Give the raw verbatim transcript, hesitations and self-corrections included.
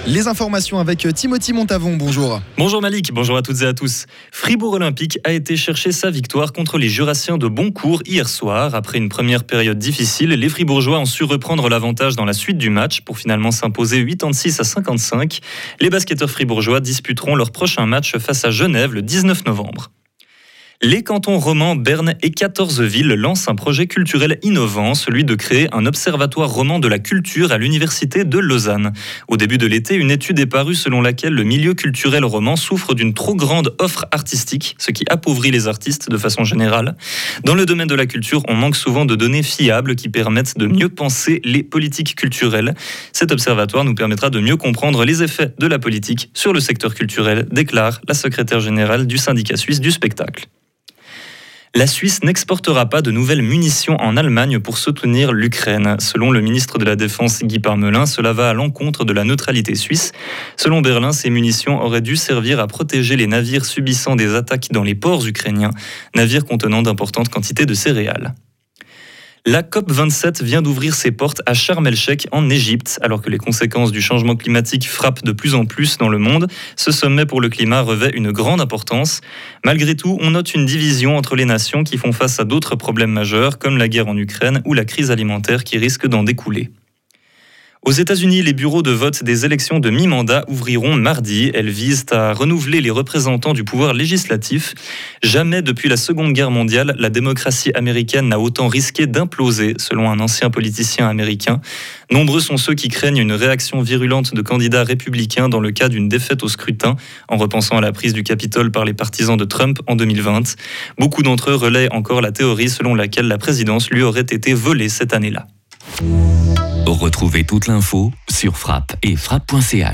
Les informations avec Timothy Montavon, bonjour. Bonjour Malik, bonjour à toutes et à tous. Fribourg Olympique a été chercher sa victoire contre les Jurassiens de Boncourt hier soir. Après une première période difficile, les Fribourgeois ont su reprendre l'avantage dans la suite du match pour finalement s'imposer quatre-vingt-seize à cinquante-cinq. Les basketteurs fribourgeois disputeront leur prochain match face à Genève le dix-neuf novembre. Les cantons romans, Berne et quatorze villes lancent un projet culturel innovant, celui de créer un observatoire roman de la culture à l'université de Lausanne. Au début de l'été, une étude est parue selon laquelle le milieu culturel roman souffre d'une trop grande offre artistique, ce qui appauvrit les artistes de façon générale. Dans le domaine de la culture, on manque souvent de données fiables qui permettent de mieux penser les politiques culturelles. Cet observatoire nous permettra de mieux comprendre les effets de la politique sur le secteur culturel, déclare la secrétaire générale du syndicat suisse du spectacle. La Suisse n'exportera pas de nouvelles munitions en Allemagne pour soutenir l'Ukraine. Selon le ministre de la Défense Guy Parmelin, cela va à l'encontre de la neutralité suisse. Selon Berlin, ces munitions auraient dû servir à protéger les navires subissant des attaques dans les ports ukrainiens, navires contenant d'importantes quantités de céréales. La COP vingt-sept vient d'ouvrir ses portes à Sharm el-Sheikh en Égypte. Alors que les conséquences du changement climatique frappent de plus en plus dans le monde, ce sommet pour le climat revêt une grande importance. Malgré tout, on note une division entre les nations qui font face à d'autres problèmes majeurs, comme la guerre en Ukraine ou la crise alimentaire qui risque d'en découler. Aux États-Unis, les bureaux de vote des élections de mi-mandat ouvriront mardi. Elles visent à renouveler les représentants du pouvoir législatif. Jamais depuis la Seconde Guerre mondiale, la démocratie américaine n'a autant risqué d'imploser, selon un ancien politicien américain. Nombreux sont ceux qui craignent une réaction virulente de candidats républicains dans le cas d'une défaite au scrutin, en repensant à la prise du Capitole par les partisans de Trump en deux mille vingt. Beaucoup d'entre eux relaient encore la théorie selon laquelle la présidence lui aurait été volée cette année-là. Retrouvez toute l'info sur frappe et frappe point c h.